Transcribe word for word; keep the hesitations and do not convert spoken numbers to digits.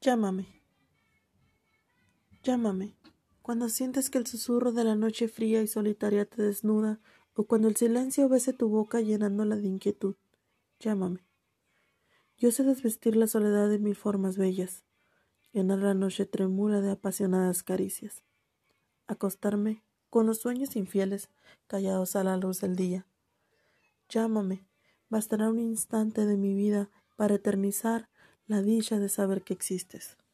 Llámame, llámame, cuando sientes que el susurro de la noche fría y solitaria te desnuda, o cuando el silencio bese tu boca llenándola de inquietud. Llámame. Yo sé desvestir la soledad de mil formas bellas, llenar la noche trémula de apasionadas caricias, acostarme con los sueños infieles callados a la luz del día. Llámame, bastará un instante de mi vida para eternizar la dicha de saber que existes.